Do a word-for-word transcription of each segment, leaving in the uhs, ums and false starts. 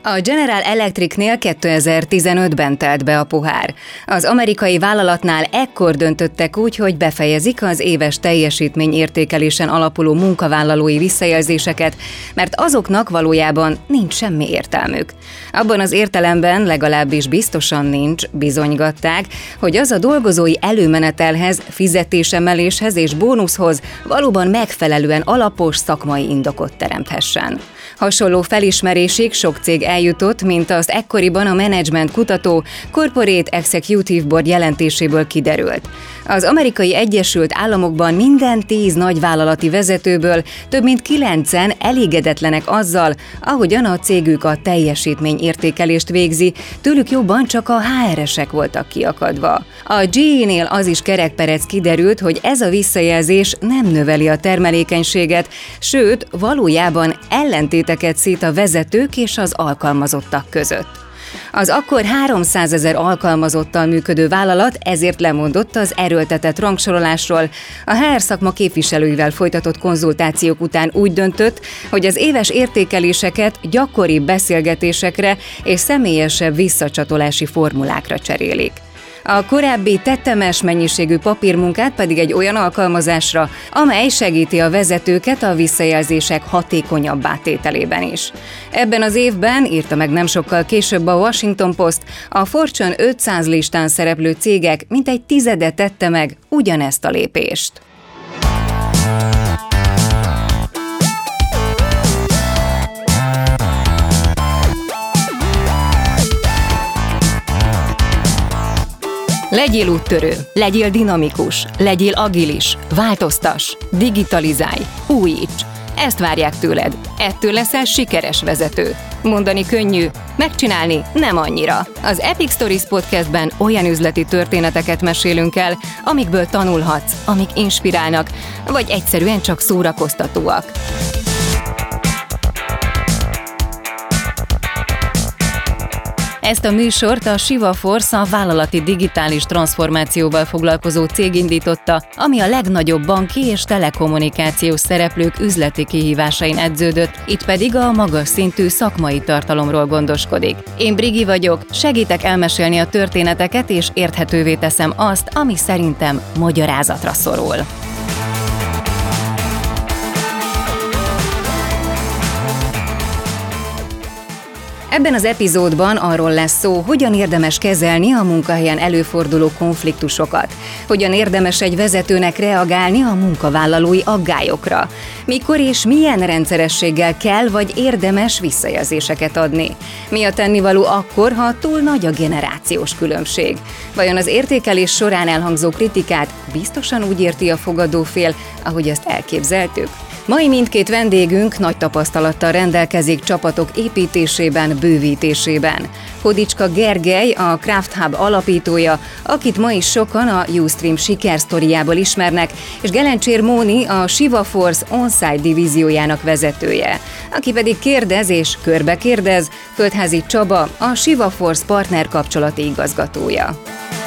A General Electricnél kétezer-tizenötben telt be a pohár. Az amerikai vállalatnál ekkor döntöttek úgy, hogy befejezik az éves teljesítményértékelésen alapuló munkavállalói visszajelzéseket, mert azoknak valójában nincs semmi értelmük. Abban az értelemben legalábbis biztosan nincs, bizonygatták, hogy az a dolgozói előmenetelhez, fizetésemeléshez és bónuszhoz valóban megfelelően alapos szakmai indokot teremthessen. Hasonló felismerésig sok cég eljutott, mint azt ekkoriban a Management Kutató Corporate Executive Board jelentéséből kiderült. Az Amerikai Egyesült Államokban minden tíz nagyvállalati vezetőből több mint kilencen elégedetlenek azzal, ahogyan a cégük a teljesítményértékelést végzi, tőlük jobban csak a há er esek voltak kiakadva. A gé é-nél az is kerekperec kiderült, hogy ez a visszajelzés nem növeli a termelékenységet, sőt, valójában ellentéteket szít a vezetők és az alkalmazottak között. Az akkor háromszázezer alkalmazottal működő vállalat ezért lemondott az erőltetett rangsorolásról. A há er szakma képviselőivel folytatott konzultációk után úgy döntött, hogy az éves értékeléseket gyakoribb beszélgetésekre és személyesebb visszacsatolási formulákra cserélik. A korábbi tetemes mennyiségű papírmunkát pedig egy olyan alkalmazásra, amely segíti a vezetőket a visszajelzések hatékonyabbá tételében is. Ebben az évben, írta meg nem sokkal később a Washington Post, a Fortune ötszáz listán szereplő cégek mintegy tizede tette meg ugyanezt a lépést. Legyél úttörő, legyél dinamikus, legyél agilis, változtass, digitalizálj, újíts. Ezt várják tőled. Ettől leszel sikeres vezető. Mondani könnyű, megcsinálni nem annyira. Az Epic Stories podcastben olyan üzleti történeteket mesélünk el, amikből tanulhatsz, amik inspirálnak, vagy egyszerűen csak szórakoztatóak. Ezt a műsort a Shiva Force, a vállalati digitális transformációval foglalkozó cég indította, ami a legnagyobb banki és telekommunikációs szereplők üzleti kihívásain edződött, itt pedig a magas szintű szakmai tartalomról gondoskodik. Én Brigi vagyok, segítek elmesélni a történeteket és érthetővé teszem azt, ami szerintem magyarázatra szorul. Ebben az epizódban arról lesz szó, hogyan érdemes kezelni a munkahelyen előforduló konfliktusokat, hogyan érdemes egy vezetőnek reagálni a munkavállalói aggályokra, mikor és milyen rendszerességgel kell vagy érdemes visszajelzéseket adni, mi a tennivaló akkor, ha túl nagy a generációs különbség, vajon az értékelés során elhangzó kritikát biztosan úgy érti a fogadó fél, ahogy ezt elképzeltük. Mai mindkét vendégünk nagy tapasztalattal rendelkezik csapatok építésében, bővítésében. Hodicska Gergely, a Craft Hub alapítója, akit ma is sokan a Ustream sikersztoriából ismernek, és Gelencsér Móni, a Shiva Force on-site divíziójának vezetője, aki pedig kérdez és körbe kérdez, Földházi Csaba, a Shiva Force partner kapcsolati igazgatója.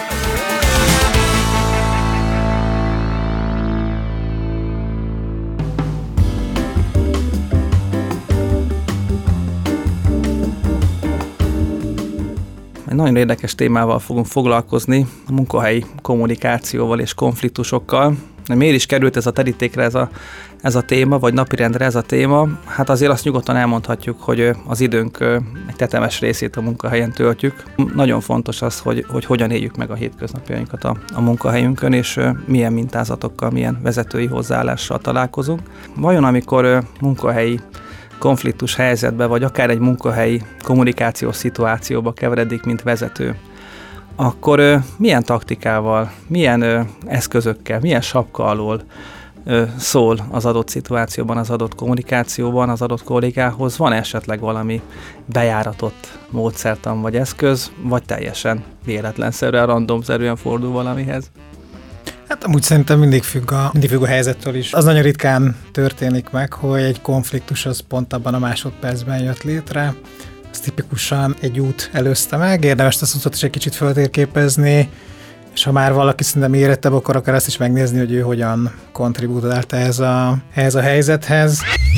Egy nagyon érdekes témával fogunk foglalkozni, a munkahelyi kommunikációval és konfliktusokkal. De miért is került ez a terítékre ez a, ez a téma, vagy napirendre ez a téma? Hát azért azt nyugodtan elmondhatjuk, hogy az időnk egy tetemes részét a munkahelyen töltjük. Nagyon fontos az, hogy, hogy hogyan éljük meg a hétköznapjainkat a, a munkahelyünkön, és milyen mintázatokkal, milyen vezetői hozzáállással találkozunk. Vajon amikor munkahelyi konfliktus helyzetbe, vagy akár egy munkahelyi kommunikációs szituációba keveredik, mint vezető, akkor ö, milyen taktikával, milyen ö, eszközökkel, milyen sapka alól ö, szól az adott szituációban, az adott kommunikációban, az adott kollégához? Van esetleg valami bejáratott módszertan vagy eszköz, vagy teljesen véletlenszerűen, randomszerűen fordul valamihez? Hát amúgy szerintem mindig függ, a, mindig függ a helyzettől is. Az nagyon ritkán történik meg, hogy egy konfliktus az pont abban a másodpercben jött létre. Az tipikusan egy út előzte meg, érdemes ezt utat is egy kicsit föltérképezni, és ha már valaki szerintem érettebb, akkor akar azt is megnézni, hogy ő hogyan kontribútált ehhez a, ehhez a helyzethez.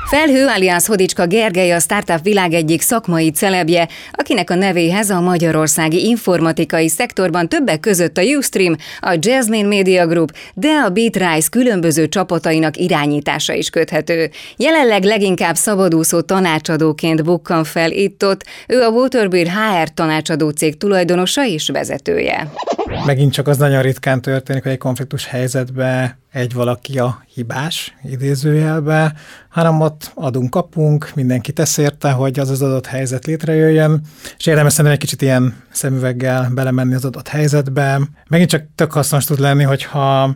Felhő alias Hodicska Gergely a startup világ egyik szakmai celebje, akinek a nevéhez a magyarországi informatikai szektorban többek között a Ustream, a Jasmine Media Group, de a BeatRise különböző csapatainak irányítása is köthető. Jelenleg leginkább szabadúszó tanácsadóként bukkan fel itt-ott, ő a Waterbeer há er tanácsadó cég tulajdonosa és vezetője. Megint csak az nagyon ritkán történik, hogy egy konfliktus helyzetben egy valaki a hibás, idézőjelbe, hanem ott adunk-kapunk, mindenki tesz érte, hogy az az adott helyzet létrejöjjön, és érdemes szerintem egy kicsit ilyen szemüveggel belemenni az adott helyzetbe. Megint csak tök hasznos tud lenni, hogyha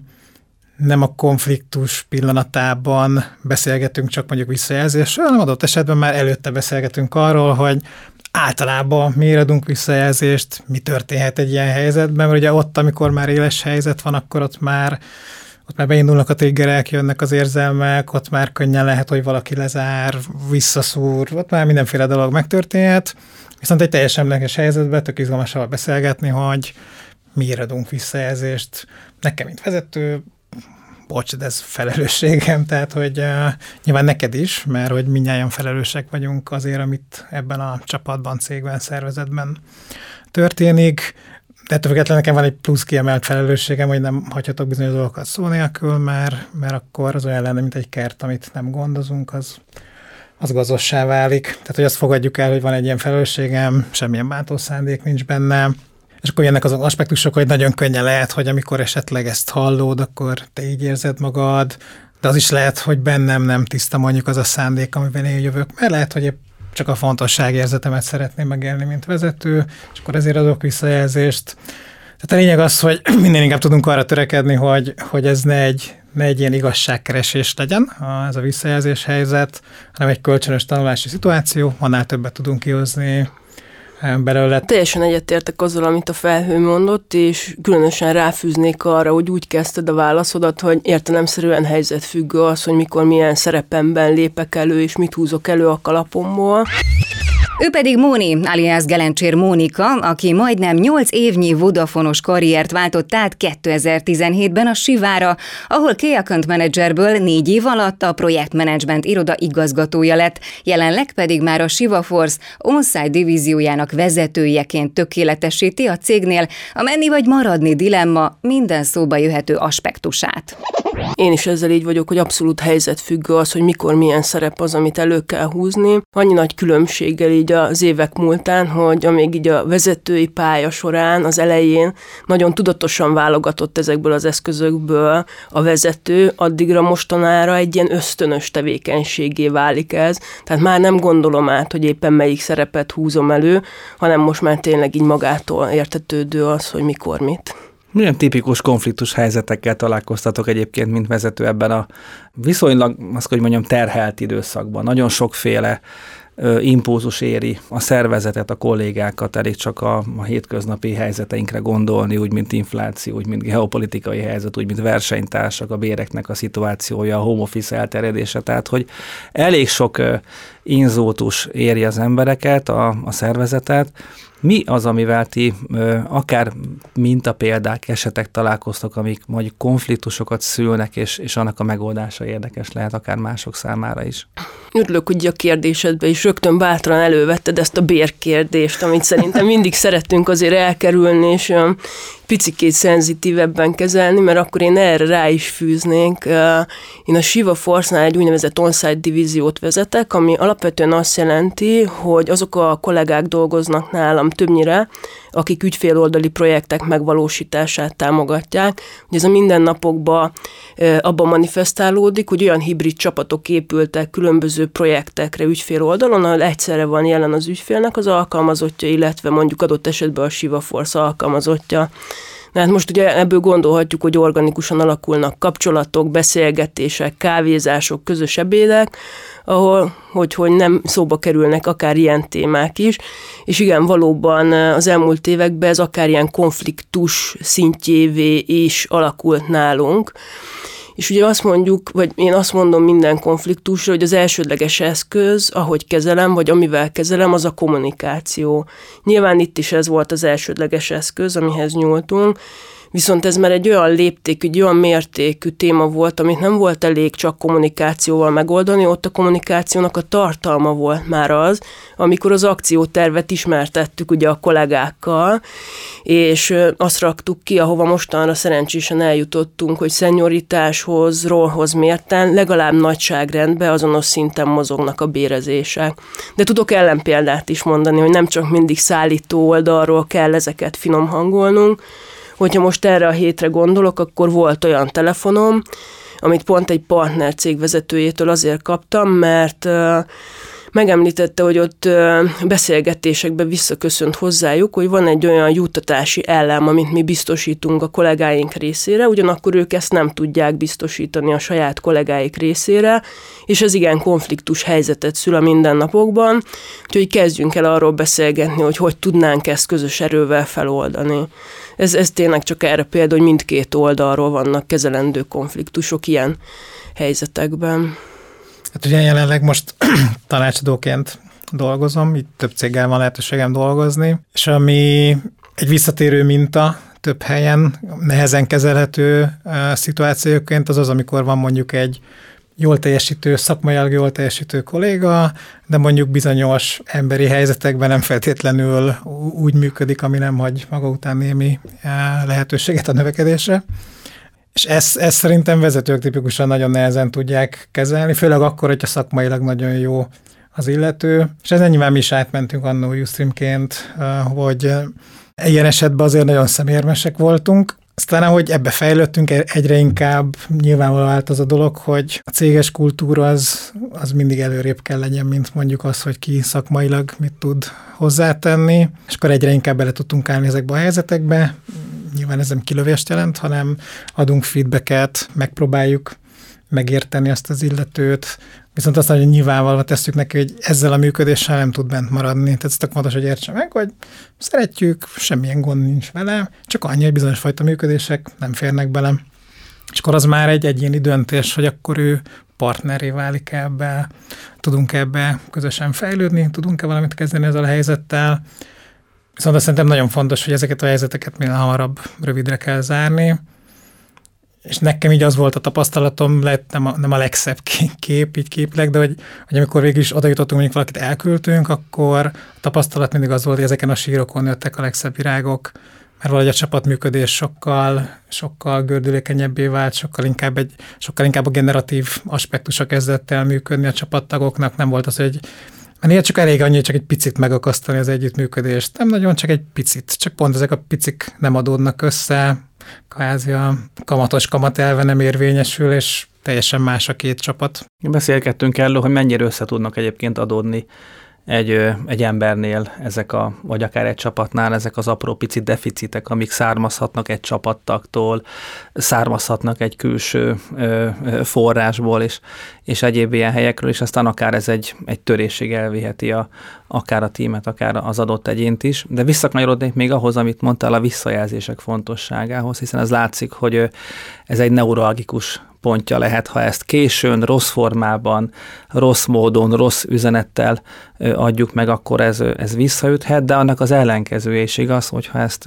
nem a konfliktus pillanatában beszélgetünk csak mondjuk visszajelzésről, hanem adott esetben már előtte beszélgetünk arról, hogy általában miért adunk visszajelzést, mi történhet egy ilyen helyzetben, mert ugye ott, amikor már éles helyzet van, akkor ott már ott már beindulnak a triggerek, jönnek az érzelmek, ott már könnyen lehet, hogy valaki lezár, visszaszúr, ott már mindenféle dolog megtörténhet. Viszont egy teljesen semleges helyzetben tök izgalmasabban beszélgetni, hogy miért adunk visszajelzést. Nekem, mint vezető, bocs, de ez felelősségem, tehát hogy uh, nyilván neked is, mert hogy mindnyájan felelősek vagyunk azért, amit ebben a csapatban, cégben, szervezetben történik. De ettől függetlenül nekem van egy plusz kiemelt felelősségem, hogy nem hagyhatok bizonyos dolgokat szó nélkül, mert, mert akkor az olyan lenne, mint egy kert, amit nem gondozunk, az, az gazossá válik. Tehát, hogy azt fogadjuk el, hogy van egy ilyen felelősségem, semmilyen bántó szándék nincs benne, és akkor jönnek azok aspektusok, hogy nagyon könnyen lehet, hogy amikor esetleg ezt hallod, akkor te így érzed magad, de az is lehet, hogy bennem nem tiszta mondjuk az a szándék, amiben én jövök, mert lehet, hogy épp csak a fontosságérzetemet szeretném megélni, mint vezető, és akkor ezért adok visszajelzést. Tehát a lényeg az, hogy minden inkább tudunk arra törekedni, hogy, hogy ez ne egy, ne egy ilyen igazságkeresés legyen, ez a visszajelzés helyzet, hanem egy kölcsönös tanulási szituáció, annál többet tudunk kihozni belőle. Teljesen egyetértek azzal, amit a Felhő mondott, és különösen ráfűznék arra, hogy úgy kezdted a válaszodat, hogy értelemszerűen helyzetfüggő az, hogy mikor milyen szerepemben lépek elő, és mit húzok elő a kalapomból. Ő pedig Móni, alias Gelencsér Mónika, aki majdnem nyolc évnyi Vodafonos karriert váltott át kétezer-tizenhétben a Sivára, ahol Key Account Managerből négy év alatt a projektmenedzsment iroda igazgatója lett, jelenleg pedig már a Sivaforce on-site divíziójának vezetőjeként tökéletesíti a cégnél a menni vagy maradni dilemma minden szóba jöhető aspektusát. Én is ezzel így vagyok, hogy abszolút helyzetfüggő az, hogy mikor milyen szerep az, amit elő kell húzni. Annyi nagy különbséggel így az évek múltán, hogy amíg így a vezetői pálya során az elején nagyon tudatosan válogatott ezekből az eszközökből a vezető, addigra mostanára egy ilyen ösztönös tevékenységé válik ez. Tehát már nem gondolom át, hogy éppen melyik szerepet húzom elő, hanem most már tényleg így magától értetődő az, hogy mikor mit. Milyen tipikus konfliktus helyzetekkel találkoztatok egyébként, mint vezető ebben a viszonylag, azt hogy mondjam, terhelt időszakban? Nagyon sokféle ö, impulzus éri a szervezetet, a kollégákat, elég csak a, a hétköznapi helyzeteinkre gondolni, úgy, mint infláció, úgy, mint geopolitikai helyzet, úgy, mint versenytársak, a béreknek a szituációja, a home office elterjedése, tehát hogy elég sok ö, inzótus éri az embereket, a, a szervezetet. Mi az, amivel ti ö, akár mintapéldák, esetek találkoztok, amik mondjuk konfliktusokat szülnek, és, és annak a megoldása érdekes lehet akár mások számára is? Örülök, hogy a kérdésedbe is rögtön bátran elővetted ezt a bérkérdést, amit szerintem mindig szeretünk azért elkerülni, és olyan picikét szenzitívebben kezelni, mert akkor én erre rá is fűznénk. Én a Sivaforce-nál egy úgynevezett on-site divíziót vezetek, ami alapvetően azt jelenti, hogy azok a kollégák dolgoznak nálam többnyire, akik ügyféloldali projektek megvalósítását támogatják. Ugye ez a mindennapokban abban manifestálódik, hogy olyan hibrid csapatok épültek különböző projektekre ügyféloldalon, ahol egyszerre van jelen az ügyfélnek az alkalmazottja, illetve mondjuk adott esetben a Sivaforce alkalmazottja. De hát most ugye ebből gondolhatjuk, hogy organikusan alakulnak kapcsolatok, beszélgetések, kávézások, közös ebédek, ahol hogy, hogy nem szóba kerülnek akár ilyen témák is, és igen, valóban az elmúlt években ez akár ilyen konfliktus szintjévé is alakult nálunk. És ugye azt mondjuk, vagy én azt mondom minden konfliktusra, hogy az elsődleges eszköz, ahogy kezelem, vagy amivel kezelem, az a kommunikáció. Nyilván itt is ez volt az elsődleges eszköz, amihez nyúltunk, Viszont ez már egy olyan léptékű, egy olyan mértékű téma volt, amit nem volt elég csak kommunikációval megoldani, ott a kommunikációnak a tartalma volt már az, amikor az akciótervet ismertettük ugye a kollégákkal, és azt raktuk ki, ahova mostanra szerencsésen eljutottunk, hogy szenioritáshoz, rollhoz mérten legalább nagyságrendben azonos szinten mozognak a bérezések. De tudok ellenpéldát is mondani, hogy nem csak mindig szállító oldalról kell ezeket finom hangolnunk. Hogyha most erre a hétre gondolok, akkor volt olyan telefonom, amit pont egy partner cég vezetőjétől azért kaptam, mert megemlítette, hogy ott beszélgetésekben visszaköszönt hozzájuk, hogy van egy olyan juttatási ellem, amit mi biztosítunk a kollégáink részére, ugyanakkor ők ezt nem tudják biztosítani a saját kollégáik részére, és ez igen konfliktus helyzetet szül a mindennapokban, úgyhogy kezdjünk el arról beszélgetni, hogy hogy tudnánk ezt közös erővel feloldani. Ez, ez tényleg csak erre példa, hogy mindkét oldalról vannak kezelendő konfliktusok ilyen helyzetekben. Hát ugye jelenleg most tanácsadóként dolgozom, itt több céggel van lehetőségem dolgozni, és ami egy visszatérő minta több helyen, nehezen kezelhető szituációként, az az, amikor van mondjuk egy jól teljesítő, szakmailag jól teljesítő kolléga, de mondjuk bizonyos emberi helyzetekben nem feltétlenül úgy működik, ami nem hagy maga után némi lehetőséget a növekedésre. És ezt, ezt szerintem vezetők tipikusan nagyon nehezen tudják kezelni, főleg akkor, hogyha szakmailag nagyon jó az illető. És ezen nyilván mi is átmentünk annó Ustreamként, hogy ilyen esetben azért nagyon szemérmesek voltunk. Aztán, ahogy ebbe fejlődtünk, egyre inkább nyilvánvalóan vált az a dolog, hogy a céges kultúra az, az mindig előrébb kell legyen, mint mondjuk az, hogy ki szakmailag mit tud hozzátenni, és akkor egyre inkább bele tudtunk állni ezekbe a helyzetekbe. Nyilván ez nem kilövést jelent, hanem adunk feedbacket, megpróbáljuk megérteni azt az illetőt, viszont aztán, hogy nyilvánvalóan tesszük neki, hogy ezzel a működéssel nem tud bent maradni. Tehát ez tök fontos, hogy értse meg, hogy szeretjük, semmilyen gond nincs vele, csak annyi, hogy bizonyos fajta működések nem férnek bele. És akkor az már egy egyéni döntés, hogy akkor ő partneré válik ebbe, tudunk ebbe közösen fejlődni, tudunk-e valamit kezdeni ezzel a helyzettel. Viszont azt szerintem nagyon fontos, hogy ezeket a helyzeteket minél hamarabb rövidre kell zárni, és nekem így az volt a tapasztalatom, lehet nem a, nem a legszebb kép, így képileg, de hogy, hogy amikor végül is oda jutottunk, mondjuk valakit elküldtünk, akkor a tapasztalat mindig az volt, hogy ezeken a sírokon jöttek a legszebb virágok, mert valahogy a csapatműködés sokkal, sokkal gördülékenyebbé vált, sokkal inkább, egy, sokkal inkább a generatív aspektusa kezdett el működni a csapattagoknak, nem volt az, hogy mert ilyet csak elég annyi, csak egy picit megakasztani az együttműködést. Nem nagyon, csak egy picit. Csak pont ezek a picik nem adódnak össze, kvázi a kamatos kamatelve nem érvényesül, és teljesen más a két csapat. Beszélgettünk erről, hogy mennyire össze tudnak egyébként adódni egy, egy embernél ezek a, vagy akár egy csapatnál ezek az apró pici deficitek, amik származhatnak egy csapattagtól, származhatnak egy külső ö, ö, forrásból, és, és egyéb ilyen helyekről, és aztán akár ez egy, egy törésig elviheti a, akár a tímet, akár az adott egyént is. De visszakanyarodnék még ahhoz, amit mondtál, a visszajelzések fontosságához, hiszen ez látszik, hogy ez egy neuralgikus pontja lehet, ha ezt későn, rossz formában, rossz módon, rossz üzenettel adjuk meg, akkor ez, ez visszaüthet, de annak az ellenkezője is igaz, hogyha ezt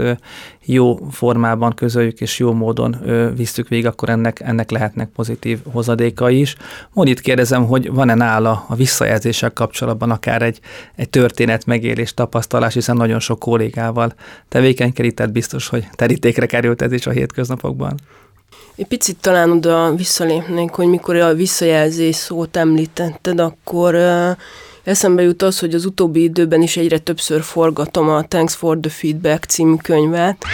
jó formában közöljük és jó módon visszük végig, akkor ennek, ennek lehetnek pozitív hozadékai is. Mondd, itt kérdezem, hogy van-e nála a visszajelzéssel kapcsolatban akár egy, egy történet, megélés, tapasztalás, hiszen nagyon sok kollégával tevékenykedett, biztos, hogy terítékre került ez is a hétköznapokban. Egy picit talán oda visszalépnénk, hogy mikor a visszajelzés szót említetted, akkor uh, eszembe jut az, hogy az utóbbi időben is egyre többször forgatom a Thanks for the Feedback című könyvet.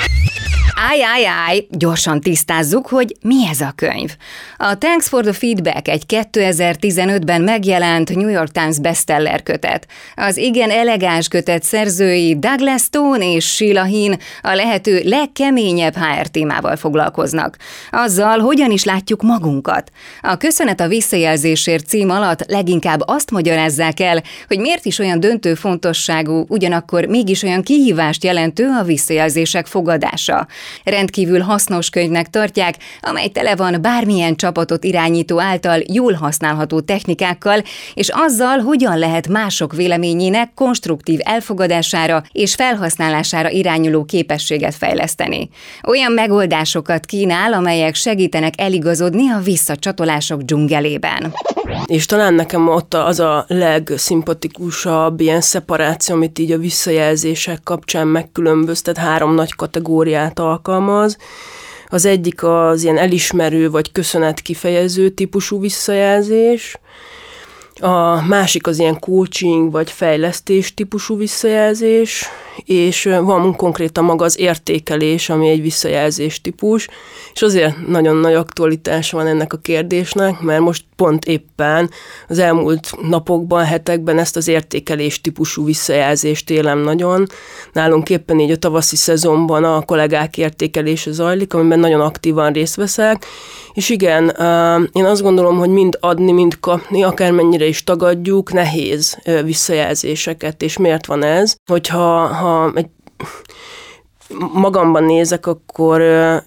Áj, áj, áj, gyorsan tisztázzuk, hogy mi ez a könyv. A Thanks for the Feedback egy kétezer-tizenötben megjelent New York Times bestseller kötet. Az igen elegáns kötet szerzői Douglas Stone és Sheila Heen a lehető legkeményebb há er témával foglalkoznak. Azzal, hogyan is látjuk magunkat. A Köszönet a visszajelzésért cím alatt leginkább azt magyarázzák el, hogy miért is olyan döntő fontosságú, ugyanakkor mégis olyan kihívást jelentő a visszajelzések fogadása. Rendkívül hasznos könyvnek tartják, amely tele van bármilyen csapatot irányító által jól használható technikákkal, és azzal, hogyan lehet mások véleményének konstruktív elfogadására és felhasználására irányuló képességet fejleszteni. Olyan megoldásokat kínál, amelyek segítenek eligazodni a visszacsatolások dzsungelében. És talán nekem ott az a legszimpatikusabb ilyen szeparáció, amit így a visszajelzések kapcsán megkülönböztet, három nagy kategóriát alkalmaz. Az egyik az ilyen elismerő vagy köszönetkifejező típusú visszajelzés, a másik az ilyen coaching vagy fejlesztés típusú visszajelzés, és van konkrétan maga az értékelés, ami egy visszajelzés típus, és azért nagyon nagy aktualitás van ennek a kérdésnek, mert most pont éppen az elmúlt napokban, hetekben ezt az értékelés típusú visszajelzést élem nagyon. Nálunk éppen így a tavaszi szezonban a kollégák értékelése zajlik, amiben nagyon aktívan részt veszek, és igen, én azt gondolom, hogy mind adni, mind kapni, akármennyire is tagadjuk, nehéz visszajelzéseket, és miért van ez? Hogyha ha egy magamban nézek, akkor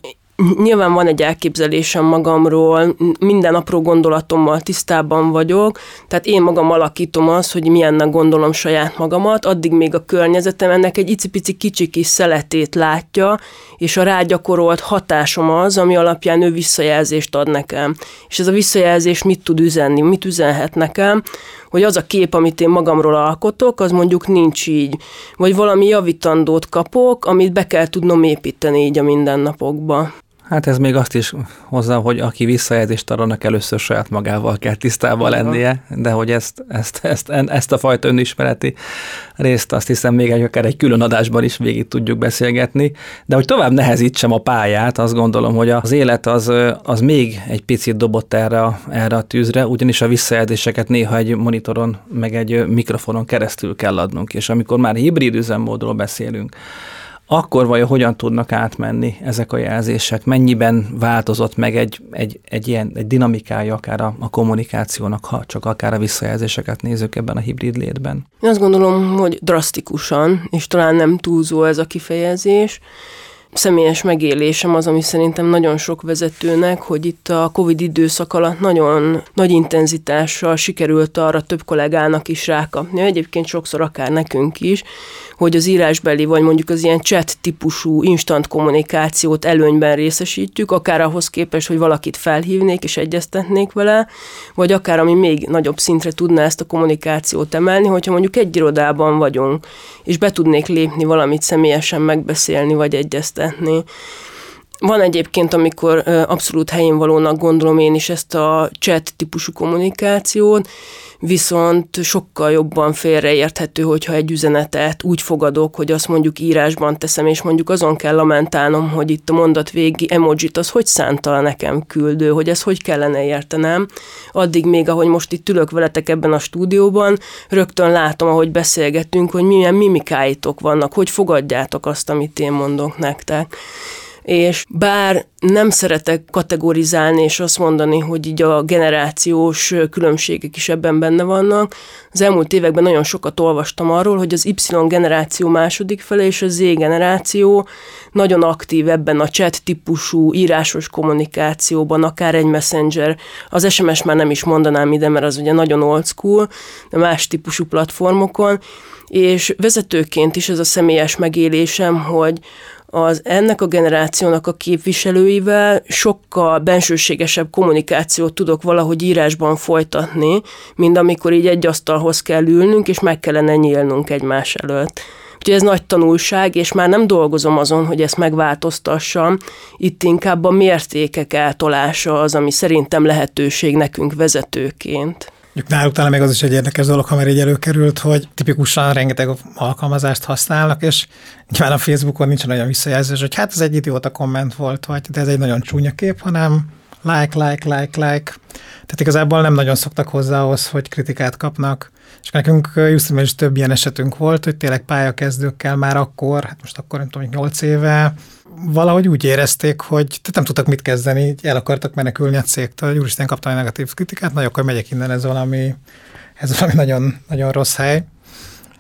nyilván van egy elképzelésem magamról, minden apró gondolatommal tisztában vagyok, tehát én magam alakítom azt, hogy milyennek gondolom saját magamat, addig még a környezetem ennek egy icipici kicsi kis szeletét látja, és a rágyakorolt hatásom az, ami alapján ő visszajelzést ad nekem. És ez a visszajelzés mit tud üzenni, mit üzenhet nekem, hogy az a kép, amit én magamról alkotok, az mondjuk nincs így. Vagy valami javítandót kapok, amit be kell tudnom építeni így a mindennapokba. Hát ez még azt is hozzá, hogy aki visszajelzést ad, annak először saját magával kell tisztában lennie, de hogy ezt, ezt, ezt, ezt a fajta önismereti részt azt hiszem még egy, akár egy külön adásban is végig tudjuk beszélgetni, de hogy tovább nehezítsem a pályát, azt gondolom, hogy az élet az, az még egy picit dobott erre a, erre a tűzre, ugyanis a visszajelzéseket néha egy monitoron, meg egy mikrofonon keresztül kell adnunk, és amikor már hibrid üzemmódról beszélünk, akkor vajon hogyan tudnak átmenni ezek a jelzések? Mennyiben változott meg egy, egy, egy ilyen egy dinamikája akár a, a kommunikációnak, ha csak akár a visszajelzéseket nézzük ebben a hibrid létben? Én azt gondolom, hogy drasztikusan, és talán nem túlzó ez a kifejezés. Személyes megélésem az, ami szerintem nagyon sok vezetőnek, hogy itt a Covid időszak alatt nagyon nagy intenzitással sikerült arra több kollégának is rákapni, egyébként sokszor akár nekünk is, hogy az írásbeli, vagy mondjuk az ilyen chat típusú instant kommunikációt előnyben részesítjük, akár ahhoz képest, hogy valakit felhívnék és egyeztetnék vele, vagy akár ami még nagyobb szintre tudná ezt a kommunikációt emelni, hogyha mondjuk egy irodában vagyunk, és be tudnék lépni valamit személyesen megbeszélni, vagy egyeztetni. Van egyébként, amikor abszolút helyén valónak gondolom én is ezt a chat típusú kommunikációt, viszont sokkal jobban félreérthető, hogyha egy üzenetet úgy fogadok, hogy azt mondjuk írásban teszem, és mondjuk azon kell lamentálnom, hogy itt a mondat végi emojit az hogy szánta nekem küldő, hogy ez hogy kellene értenem. Addig még, ahogy most itt ülök veletek ebben a stúdióban, rögtön látom, ahogy beszélgetünk, hogy milyen mimikáitok vannak, hogy fogadjátok azt, amit én mondok nektek. És bár nem szeretek kategorizálni és azt mondani, hogy így a generációs különbségek is ebben benne vannak, az elmúlt években nagyon sokat olvastam arról, hogy az Y generáció második fele és a Z generáció nagyon aktív ebben a chat típusú írásos kommunikációban, akár egy messenger, az es em es már nem is mondanám ide, mert az ugye nagyon old school, de más típusú platformokon, és vezetőként is ez a személyes megélésem, hogy az ennek a generációnak a képviselőivel sokkal bensőségesebb kommunikációt tudok valahogy írásban folytatni, mint amikor így egy asztalhoz kell ülnünk, és meg kellene nyílnunk egymás előtt. Úgyhogy ez nagy tanulság, és már nem dolgozom azon, hogy ezt megváltoztassam, itt inkább a mértékek eltolása az, ami szerintem lehetőség nekünk vezetőként. Náluk talán még az is egy érdekes dolog, ha már így előkerült, hogy tipikusan rengeteg alkalmazást használnak, és nyilván a Facebookon nincsen olyan visszajelzés, hogy hát ez egy idióta komment volt, vagy de ez egy nagyon csúnya kép, hanem like, like, like, like. Tehát igazából nem nagyon szoktak hozzá ahhoz, hogy kritikát kapnak. És nekünk Justinben is több ilyen esetünk volt, hogy tényleg pályakezdőkkel már akkor, hát most akkor nem tudom, nyolc éve, valahogy úgy érezték, hogy tehát nem tudtak mit kezdeni, el akartak menekülni a cégtől, úristen, kaptam egy negatív kritikát, na akkor megyek innen, ez valami, ez valami nagyon, nagyon rossz hely.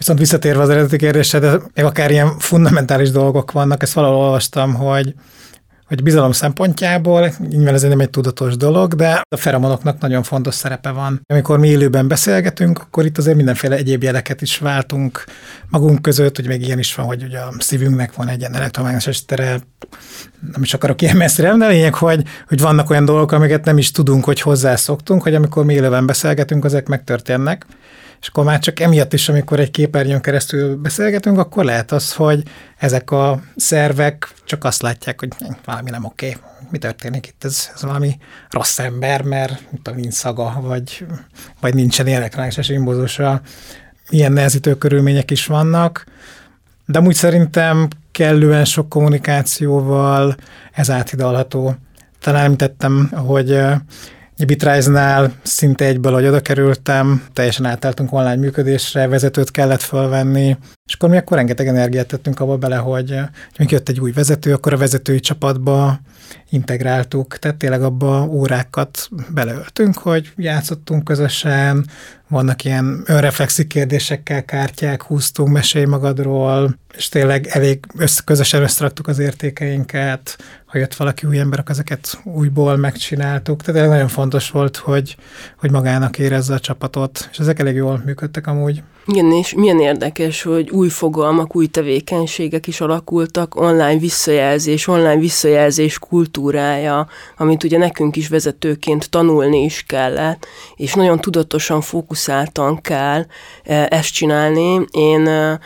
Viszont visszatérve az eredeti kérdésre, de még akár ilyen fundamentális dolgok vannak, ezt valahol olvastam, hogy hogy bizalom szempontjából, nyilván ez nem egy tudatos dolog, de a feromonoknak nagyon fontos szerepe van. Amikor mi élőben beszélgetünk, akkor itt azért mindenféle egyéb jeleket is váltunk magunk között, hogy még ilyen is van, hogy ugye a szívünknek van egy ilyen elektromágneses tere, nem is akarok ilyen messzire, de lényeg, hogy, hogy vannak olyan dolgok, amiket nem is tudunk, hogy hozzászoktunk, hogy amikor mi élőben beszélgetünk, ezek megtörténnek. És akkor már csak emiatt is, amikor egy képernyőn keresztül beszélgetünk, akkor lehet az, hogy ezek a szervek csak azt látják, hogy valami nem oké. Mi történik itt? Ez, ez valami rossz ember, mert nincs szaga, vagy, vagy nincsen elektromágneses impulzusa. Ilyen nehezítő körülmények is vannak, de amúgy szerintem kellően sok kommunikációval ez áthidalható. Talán említettem, hogy Bitrise-nál szinte egyből, hogy oda kerültem, teljesen átálltunk online működésre, vezetőt kellett felvenni, és akkor mi akkor rengeteg energiát tettünk abba bele, hogy hogy jött egy új vezető, akkor a vezetői csapatba integráltuk, tehát tényleg abba órákat beleöltünk, hogy játszottunk közösen, vannak ilyen önreflexi kérdésekkel kártyák, húztunk, mesélj magadról, és tényleg elég össze, közösen összeraktuk az értékeinket, ha jött valaki új ember, akkor ezeket újból megcsináltuk. Tehát nagyon fontos volt, hogy, hogy magának érezze a csapatot, és ezek elég jól működtek amúgy. Igen, és milyen érdekes, hogy új fogalmak, új tevékenységek is alakultak, online visszajelzés, online visszajelzés kultúrája, amit ugye nekünk is vezetőként tanulni is kellett, és nagyon tudatosan, fókuszáltan kell ezt csinálni. Én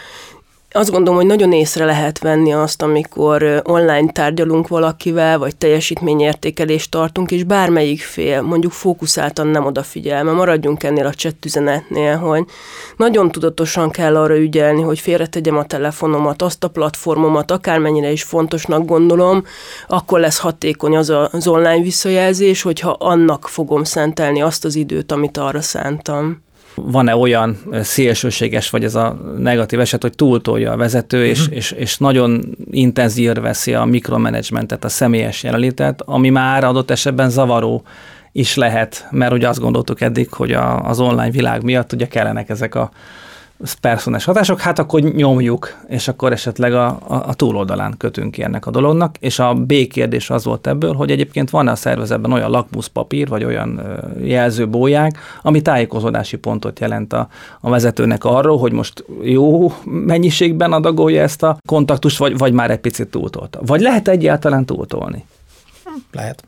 azt gondolom, hogy nagyon észre lehet venni azt, amikor online tárgyalunk valakivel, vagy teljesítményértékelést tartunk, és bármelyik fél mondjuk fókuszáltan nem odafigyel, mert maradjunk ennél a chat üzenetnél, hogy nagyon tudatosan kell arra ügyelni, hogy félretegyem a telefonomat, azt a platformomat, akármennyire is fontosnak gondolom, akkor lesz hatékony az az online visszajelzés, hogyha annak fogom szentelni azt az időt, amit arra szántam. Van-e olyan szélsőséges, vagy ez a negatív eset, hogy túltolja a vezető, uh-huh. és, és, és nagyon intenzívre veszi a mikromanagementet, a személyes jelenlétet, ami már adott esetben zavaró is lehet, mert ugye azt gondoltuk eddig, hogy a, az online világ miatt ugye kellenek ezek a personális hatások, hát akkor nyomjuk, és akkor esetleg a, a, a túloldalán kötünk ki ennek a dolognak, és a B kérdés az volt ebből, hogy egyébként van a szervezetben olyan lakmuszpapír, vagy olyan jelzőbólyák, ami tájékozódási pontot jelent a, a vezetőnek arról, hogy most jó mennyiségben adagolja ezt a kontaktust, vagy, vagy már egy picit túltolta. Vagy lehet egyáltalán túltolni? Lehet.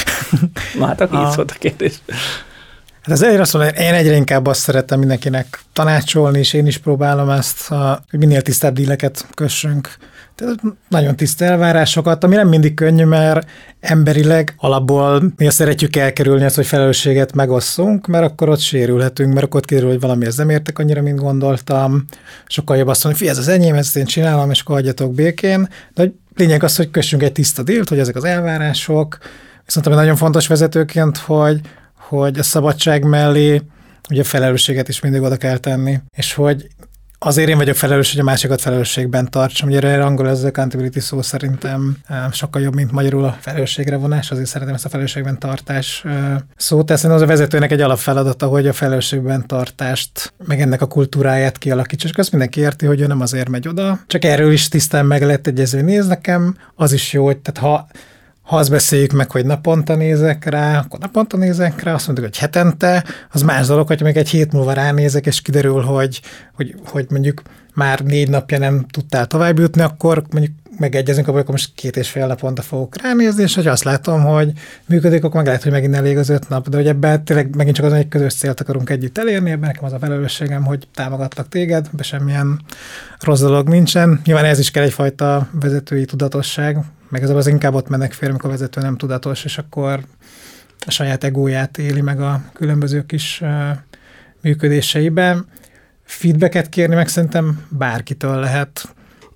Na hát akkor így szólt a kérdés. Hát ez egyre azt mondom, én egyre inkább azt szeretem mindenkinek tanácsolni, és én is próbálom ezt, hogy minél tisztább díleket kössünk. Tehát nagyon tiszta elvárásokat, ami nem mindig könnyű, mert emberileg alapból mi azt szeretjük elkerülni azt, hogy felelősséget megosszunk, mert akkor ott sérülhetünk, mert akkor ott kiderül, hogy valamihez nem értek annyira, mint gondoltam. Sokkal jobb azt mondani, hogy ez az enyém, ezt én csinálom, és akkor hagyjatok békén. De hogy lényeg az, hogy kössünk egy tiszta dílt, hogy ezek az elvárások. Viszont ami nagyon fontos vezetőként, hogy hogy a szabadság mellé ugye a felelősséget is mindig oda kell tenni, és hogy azért én vagyok felelős, hogy a másikat felelősségben tartsam. Ugye erre angol ez az accountability szó szerintem sokkal jobb, mint magyarul a felelősségre vonás, azért szeretem ezt a felelősségben tartás szót. Tehát szerintem az a vezetőnek egy alapfeladata, hogy a felelősségben tartást, meg ennek a kultúráját kialakítsa, és azt mindenki érti, hogy ő nem azért megy oda. Csak erről is tisztán meg lehet egyezni, néz nekem, az is jó, hogy tehát ha Ha azt beszéljük meg, hogy naponta nézek rá, akkor naponta nézek rá, azt mondjuk, hogy hetente, az más dolog, hogy még egy hét múlva ránézek, és kiderül, hogy, hogy, hogy mondjuk már négy napja nem tudtál tovább jutni, akkor mondjuk megegyezünk, akkor most két és fél naponta fogok ránézni, és hogy azt látom, hogy működik, akkor meg lehet, hogy megint elég az öt nap, de hogy ebben tényleg megint csak az egy közös célt akarunk együtt elérni, ebben nekem az a felelősségem, hogy támogattak téged, be semmilyen rossz dolog nincsen. Nyilván ez is kell egyfajta vezetői tudatosság, meg ez az inkább ott mennek fél, amikor a vezető nem tudatos, és akkor a saját egóját éli meg a különböző kis uh, működéseiben. Feedbacket kérni meg szerintem bárkitől lehet.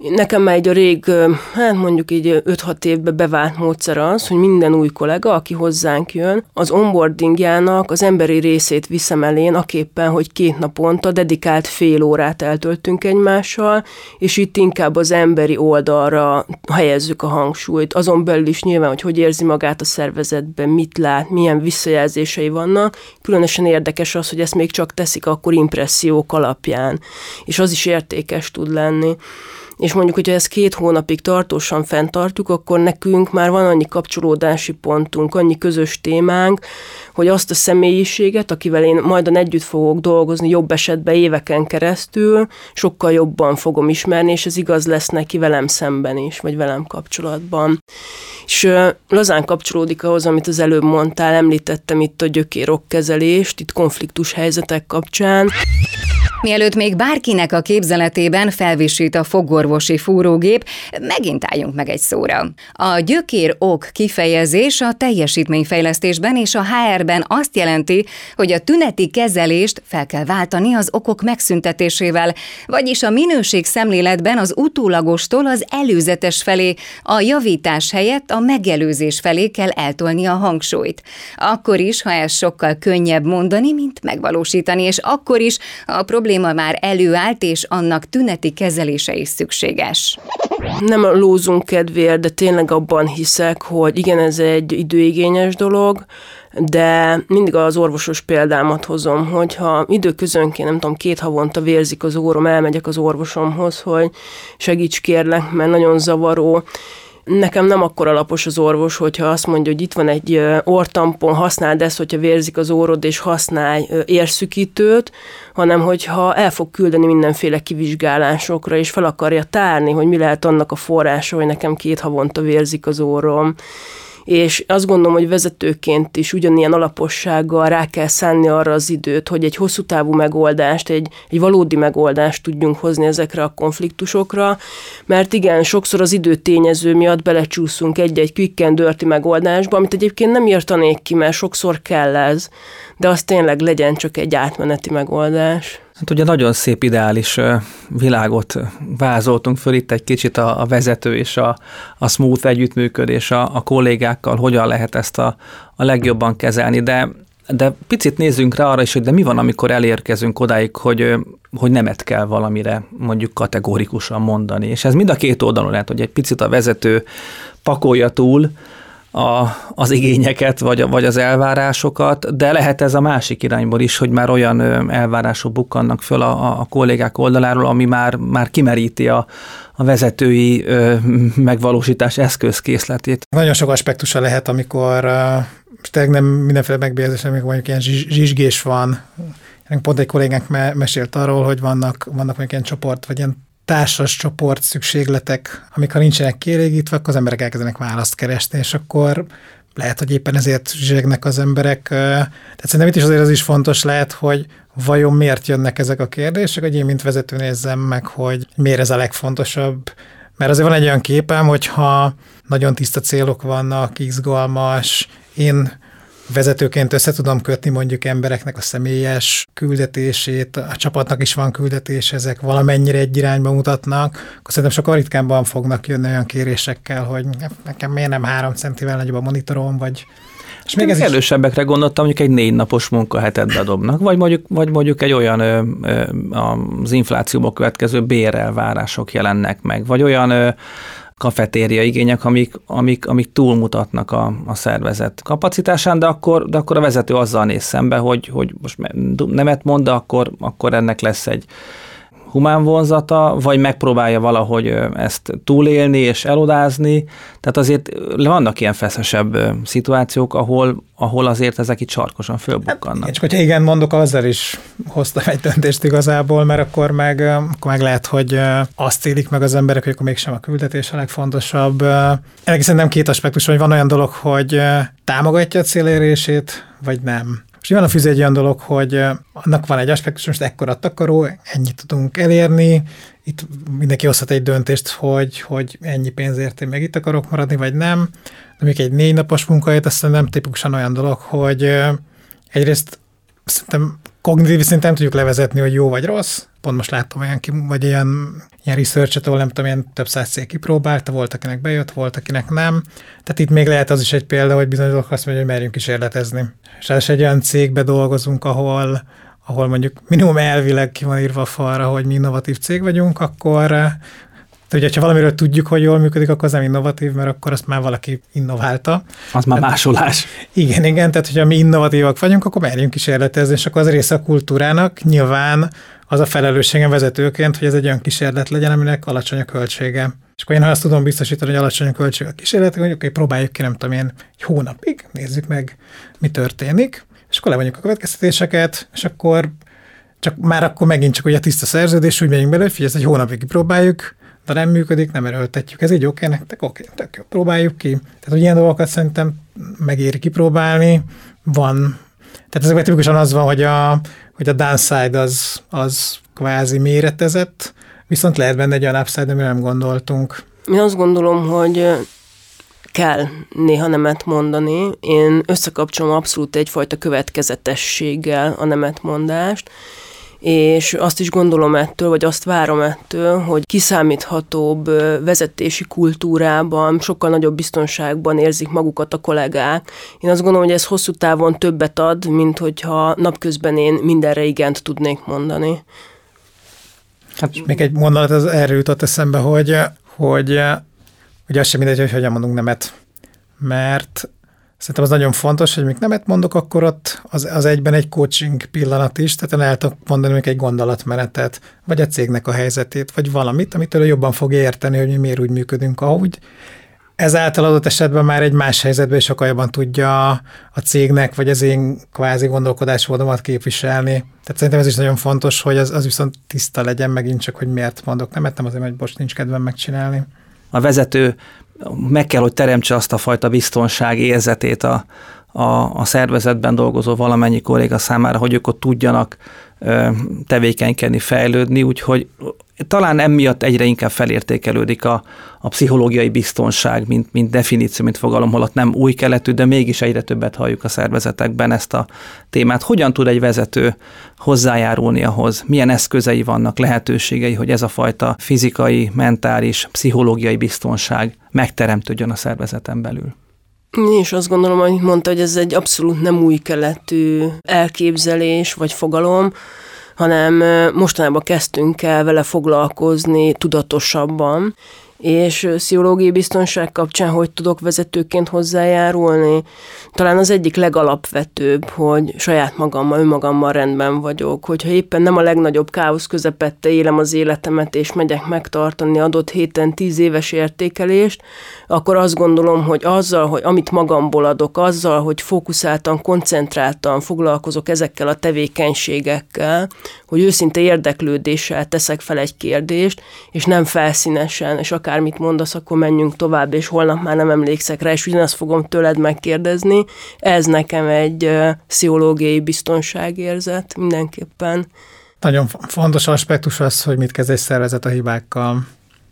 Nekem már egy a rég, hát mondjuk így öt-hat évben bevált módszer az, hogy minden új kollega, aki hozzánk jön, az onboardingjának az emberi részét viszem elén, aképpen, hogy két naponta dedikált fél órát eltöltünk egymással, és itt inkább az emberi oldalra helyezzük a hangsúlyt. Azon belül is nyilván, hogy hogy érzi magát a szervezetben, mit lát, milyen visszajelzései vannak. Különösen érdekes az, hogy ezt még csak teszik akkor impressziók alapján, és az is értékes tud lenni. És mondjuk, hogyha ezt két hónapig tartósan fenntartjuk, akkor nekünk már van annyi kapcsolódási pontunk, annyi közös témánk, hogy azt a személyiséget, akivel én majdan együtt fogok dolgozni, jobb esetben éveken keresztül, sokkal jobban fogom ismerni, és ez igaz lesz neki velem szemben is, vagy velem kapcsolatban. És lazán kapcsolódik ahhoz, amit az előbb mondtál, említettem itt a gyökérokkezelést, itt konfliktus helyzetek kapcsán. Mielőtt még bárkinek a képzeletében felvisít a fogorvosi fúrógép, megint álljunk meg egy szóra. A gyökér-ok kifejezés a teljesítményfejlesztésben és a há er-ben azt jelenti, hogy a tüneti kezelést fel kell váltani az okok megszüntetésével, vagyis a minőségszemléletben az utólagostól az előzetes felé, a javítás helyett a megelőzés felé kell eltolni a hangsúlyt. Akkor is, ha ez sokkal könnyebb mondani, mint megvalósítani, és akkor is, ha a probléma már előállt, és annak tüneti kezelése is szükséges. Nem a lózunk kedvéért, de tényleg abban hiszek, hogy igen, ez egy időigényes dolog, de mindig az orvosos példámat hozom, hogyha időközönként, nem tudom, két havonta vérzik az órom, elmegyek az orvosomhoz, hogy segíts kérlek, mert nagyon zavaró. Nekem nem akkor alapos az orvos, hogyha azt mondja, hogy itt van egy orrtampon, használd ezt, hogyha vérzik az órod, és használj érszükítőt, hanem hogyha el fog küldeni mindenféle kivizsgálásokra, és fel akarja tárni, hogy mi lehet annak a forrása, hogy nekem két havonta vérzik az orrom. És azt gondolom, hogy vezetőként is ugyanilyen alapossággal rá kell szánni arra az időt, hogy egy hosszú távú megoldást, egy, egy valódi megoldást tudjunk hozni ezekre a konfliktusokra, mert igen, sokszor az időtényező miatt belecsúszunk egy-egy quick and dirty megoldásba, amit egyébként nem írtanék ki, mert sokszor kell ez, de az tényleg legyen csak egy átmeneti megoldás. Hát ugye nagyon szép ideális világot vázoltunk föl itt egy kicsit a, a vezető és a, a smooth együttműködés a, a kollégákkal, hogyan lehet ezt a, a legjobban kezelni, de, de picit nézzünk rá arra is, hogy de mi van, amikor elérkezünk odáig, hogy, hogy nemet kell valamire mondjuk kategórikusan mondani, és ez mind a két oldalon lehet, hogy egy picit a vezető pakolja túl A, az igényeket, vagy, vagy az elvárásokat, de lehet ez a másik irányból is, hogy már olyan elvárások bukkannak föl a, a kollégák oldaláról, ami már, már kimeríti a, a vezetői ö, megvalósítás eszközkészletét. Nagyon sok aspektusa lehet, amikor uh, nem mindenféle megbélyezés, amikor mondjuk ilyen zsizsgés van. Pont egy kollégánk me- mesélt arról, hogy vannak, vannak mondjuk ilyen csoport, vagy ilyen társas csoport szükségletek, amik ha nincsenek kielégítve, akkor az emberek elkezdenek választ keresni, és akkor lehet, hogy éppen ezért zsegnek az emberek. Tehát szerintem itt is azért az is fontos lehet, hogy vajon miért jönnek ezek a kérdések, hogy én mint vezető nézzem meg, hogy miért ez a legfontosabb. Mert azért van egy olyan képem, hogyha nagyon tiszta célok vannak, izgalmas, én vezetőként össze tudom kötni mondjuk embereknek a személyes küldetését, a csapatnak is van küldetés, ezek valamennyire egy irányba mutatnak, akkor szerintem sokkal ritkábban fognak jönni olyan kérésekkel, hogy nekem miért nem három centivel nagyobb a monitorom, vagy... És még ez erősebbekre gondoltam, mondjuk egy négy napos munkahetet bedobnak, vagy mondjuk, vagy mondjuk egy olyan ö, ö, az inflációból következő bérelvárások jelennek meg, vagy olyan ö, kafetéria igények, amik, amik, amik túlmutatnak a, a szervezet kapacitásán, de akkor, de akkor a vezető azzal néz szembe, hogy, hogy most nemet mond, de akkor, akkor ennek lesz egy humán vonzata, vagy megpróbálja valahogy ezt túlélni és elodázni. Tehát azért vannak ilyen feszesebb szituációk, ahol, ahol azért ezek itt sarkosan fölbukkannak. Hát, csak hogyha igen mondok, azzal is hoztam egy döntést igazából, mert akkor meg, akkor meg lehet, hogy azt élik meg az emberek, hogy akkor mégsem a küldetés a legfontosabb. Ennek szerintem két aspektus, hogy van olyan dolog, hogy támogatja a célérését, vagy nem. És van a fűző egy olyan dolog, hogy annak van egy aspektus, most ekkora takaró, ennyit tudunk elérni, itt mindenki hozhat egy döntést, hogy, hogy ennyi pénzért én meg itt akarok maradni, vagy nem. De még egy négy napos munkahelyet, azt nem tipikusan olyan dolog, hogy egyrészt szerintem kognitív szinten nem tudjuk levezetni, hogy jó vagy rossz, pont most láttam olyan, vagy ilyen, ilyen research-et, ahol nem tudom, ilyen több száz cég kipróbálta, volt, akinek bejött, volt, akinek nem. Tehát itt még lehet az is egy példa, hogy bizonyos dolgok azt mondja, hogy merjünk kísérletezni. És ez egy olyan cégbe dolgozunk, ahol, ahol mondjuk minimum elvileg ki van írva a falra, hogy mi innovatív cég vagyunk, akkor ugye, ha valamiről tudjuk, hogy jól működik, akkor az nem innovatív, mert akkor azt már valaki innoválta. Az már másolás. Igen, igen, tehát hogyha mi innovatívak vagyunk, akkor merjünk kísérletezni, és akkor az része a kultúrának. Nyilván az a felelősségem vezetőként, hogy ez egy olyan kísérlet legyen, aminek alacsony a költsége. És akkor én, ha azt tudom biztosítani, hogy alacsony a költség a kísérlet, hogy oké, próbáljuk ki, nem tudom én, egy hónapig, nézzük meg, mi történik, és akkor levonjuk a következtetéseket, és akkor csak már akkor megint csak ugye a tiszta szerződés, úgy megyünk bele, hogy figyelj, egy hónapig kipróbáljuk, de nem működik, nem erőltetjük. Ez így oké nektek? Oké, tök jó, próbáljuk ki. Tehát, hogy ilyen dolgokat szerintem megéri kipróbálni, van. Tehát ezekben tipikusan az van, hogy a, hogy a downside az, az kvázi méretezett, viszont lehet benne egy olyan upside, amire nem gondoltunk. Én azt gondolom, hogy kell néha nemet mondani. Én összekapcsolom abszolút egyfajta következetességgel a nemetmondást, és azt is gondolom ettől, vagy azt várom ettől, hogy kiszámíthatóbb vezetési kultúrában, sokkal nagyobb biztonságban érzik magukat a kollégák. Én azt gondolom, hogy ez hosszú távon többet ad, mint hogyha napközben én mindenre igent tudnék mondani. Hát még egy mondat az erről jutott eszembe, hogy, hogy ugye az sem mindegy, hogy hogyan mondunk nemet, mert szerintem az nagyon fontos, hogy még nemet mondok, akkor ott az, az egyben egy coaching pillanat is, tehát el tudok mondani még egy gondolatmenetet, vagy a cégnek a helyzetét, vagy valamit, amitől jobban fog érteni, hogy mi miért úgy működünk, ahogy. Ezáltal adott esetben már egy más helyzetben is sokkal jobban tudja a cégnek, vagy az én kvázi gondolkodásmódomat képviselni. Tehát szerintem ez is nagyon fontos, hogy az, az viszont tiszta legyen megint csak, hogy miért mondok nemet, nem azért, hogy most nincs kedvem megcsinálni. A vezető meg kell, hogy teremtse azt a fajta biztonság érzetét a, a, a szervezetben dolgozó valamennyi kolléga számára, hogy ők ott tudjanak ö, tevékenykedni, fejlődni, úgyhogy talán emiatt egyre inkább felértékelődik a, a pszichológiai biztonság, mint, mint definíció, mint fogalom, holott nem új keletű, de mégis egyre többet halljuk a szervezetekben ezt a témát. Hogyan tud egy vezető hozzájárulni ahhoz? Milyen eszközei vannak, lehetőségei, hogy ez a fajta fizikai, mentális, pszichológiai biztonság megteremtődjön a szervezeten belül? Én is azt gondolom, hogy mondta, hogy ez egy abszolút nem új keletű elképzelés vagy fogalom, hanem mostanában kezdtünk el vele foglalkozni tudatosabban, és pszichológiai biztonság kapcsán hogy tudok vezetőként hozzájárulni. Talán az egyik legalapvetőbb, hogy saját magammal, önmagammal rendben vagyok, hogyha éppen nem a legnagyobb káosz közepette élem az életemet, és megyek megtartani adott héten tíz éves értékelést, akkor azt gondolom, hogy azzal, hogy amit magamból adok, azzal, hogy fókuszáltan, koncentráltan foglalkozok ezekkel a tevékenységekkel, hogy őszinte érdeklődéssel teszek fel egy kérdést, és nem felszínesen, és akármit mondasz, akkor menjünk tovább, és holnap már nem emlékszek rá, és ugyanazt fogom tőled megkérdezni. Ez nekem egy uh, pszichológiai biztonságérzet mindenképpen. Nagyon fontos aspektus az, hogy mit kezd egy szervezet a hibákkal.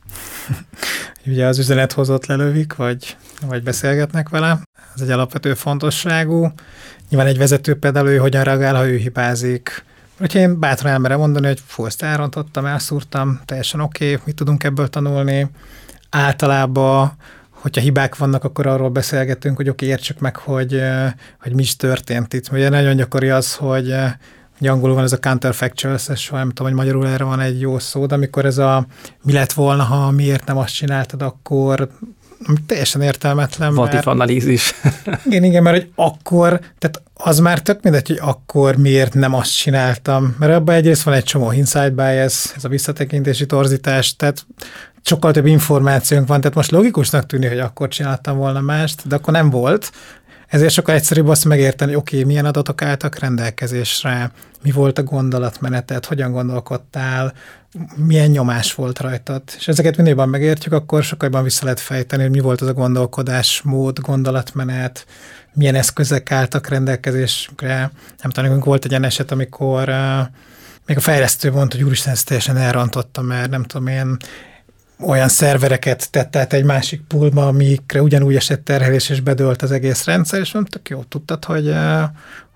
Ugye az üzenethozott lelövik, vagy, vagy beszélgetnek vele. Ez egy alapvető fontosságú. Nyilván egy vezető például ő hogyan reagál, ha ő hibázik. Hogyha én bátran elmerem mondani, hogy fú, ezt elrontottam, elszúrtam, teljesen oké, okay, mit tudunk ebből tanulni. Általában, hogyha hibák vannak, akkor arról beszélgetünk, hogy oké, okay, értsük meg, hogy, hogy mi is történt itt. Ugye nagyon gyakori az, hogy angolul van ez a counterfactuals, és nem tudom, hogy magyarul erre van egy jó szó, de amikor ez a mi lett volna, ha miért nem azt csináltad, akkor teljesen értelmetlen. What if analízis. Igen, igen, mert hogy akkor, tehát az már tök mindegy, hogy akkor miért nem azt csináltam. Mert abban egyrészt van egy csomó hindsight bias, ez a visszatekintési torzítás, tehát sokkal több információnk van, tehát most logikusnak tűnik, hogy akkor csináltam volna mást, de akkor nem volt. Ezért sokkal egyszerűbb azt megérteni, hogy oké, okay, milyen adatok álltak rendelkezésre, mi volt a gondolatmeneted, hogyan gondolkodtál, milyen nyomás volt rajtad. És ezeket minél jobban megértjük, akkor sokkal jobban vissza lehet fejteni, hogy mi volt az a gondolkodásmód, gondolatmenet, milyen eszközök álltak rendelkezésre. Nem tudom, volt egy ilyen eset, amikor uh, még a fejlesztő mondta, hogy úristen, ezt teljesen elrontottam, mert nem tudom én, olyan szervereket tett át egy másik poolba, amikre ugyanúgy esett terhelés, és bedőlt az egész rendszer, és mondtak, jó, tudtad, hogy,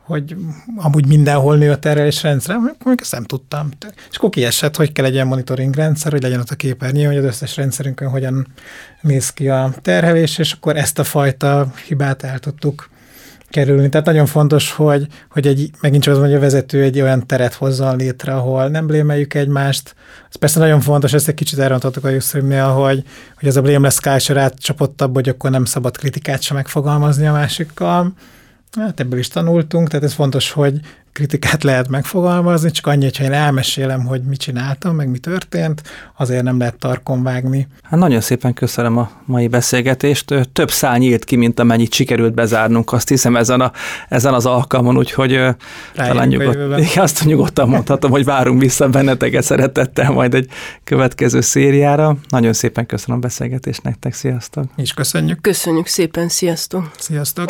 hogy amúgy mindenhol nő a terhelésrendszer, mondjuk ezt nem tudtam. És akkor kiesett, hogy kell egy ilyen monitoring rendszer, hogy legyen ott a képernyő, hogy az összes rendszerünkön hogyan néz ki a terhelés, és akkor ezt a fajta hibát el tudtuk kerülni. Tehát nagyon fontos, hogy, hogy egy, megint csak az, hogy a vezető egy olyan teret hozzon létre, ahol nem blémeljük egymást. Ez persze nagyon fontos, ezt egy kicsit elrontottuk a Jusrimnél, hogy, hogy ez a blameless culture átcsapottabb, hogy akkor nem szabad kritikát sem megfogalmazni a másikkal. Hát ebből is tanultunk, tehát ez fontos, hogy kritikát lehet megfogalmazni, csak annyi, hogyha én elmesélem, hogy mit csináltam, meg mi történt, azért nem lehet tarkon vágni. Hát nagyon szépen köszönöm a mai beszélgetést. Több szál nyílt ki, mint amennyit sikerült bezárnunk, azt hiszem ezen, a, ezen az alkalmon, úgyhogy Rájönk talán nyugodt, azt nyugodtan mondhatom, hogy várunk vissza benneteket szeretettel majd egy következő szériára. Nagyon szépen köszönöm a beszélgetést nektek, sziasztok! Mi is köszönjük! Köszönjük szépen, sziasztok! Sziasztok!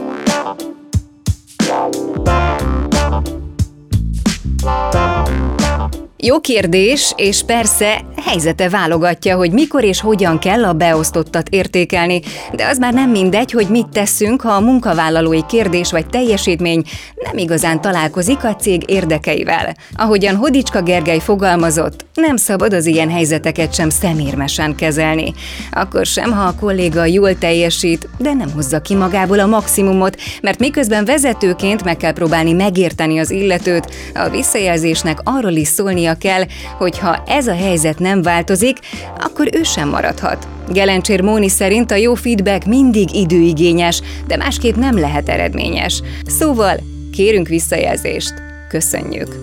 Jó kérdés, és persze helyzete válogatja, hogy mikor és hogyan kell a beosztottat értékelni, de az már nem mindegy, hogy mit teszünk, ha a munkavállalói kérdés vagy teljesítmény nem igazán találkozik a cég érdekeivel. Ahogyan Hodicska Gergely fogalmazott, nem szabad az ilyen helyzeteket sem szemérmesen kezelni. Akkor sem, ha a kolléga jól teljesít, de nem hozza ki magából a maximumot, mert miközben vezetőként meg kell próbálni megérteni az illetőt, a visszajelzésnek arról is szólnia kell, hogy ha ez a helyzet nem változik, akkor ő sem maradhat. Gelencsér Móni szerint a jó feedback mindig időigényes, de másképp nem lehet eredményes. Szóval kérünk visszajelzést. Köszönjük!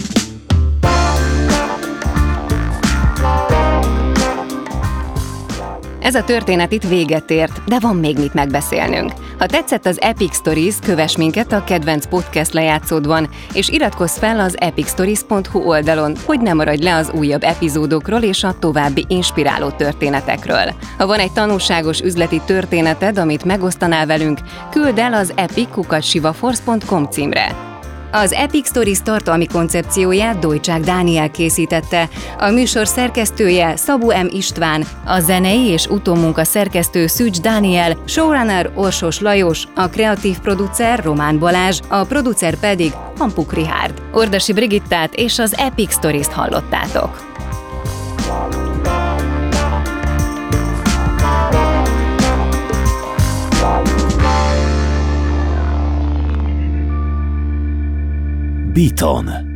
Ez a történet itt véget ért, de van még mit megbeszélnünk. Ha tetszett az Epic Stories, kövess minket a kedvenc podcast lejátszódban, és iratkozz fel az epic stories pont hu oldalon, hogy ne maradj le az újabb epizódokról és a további inspiráló történetekről. Ha van egy tanulságos üzleti történeted, amit megosztanál velünk, küld el az epic kukac sivaforce pont com címre. Az Epic Stories tartalmi koncepcióját Dojcsák Dániel készítette, a műsor szerkesztője Szabó M. István, a zenei és utómunka szerkesztő Szűcs Dániel, showrunner Orsos Lajos, a kreatív producer Román Balázs, a producer pedig Hampuk Rihárd. Ordasi Brigittát és az Epic Stories-t hallottátok. Beaton.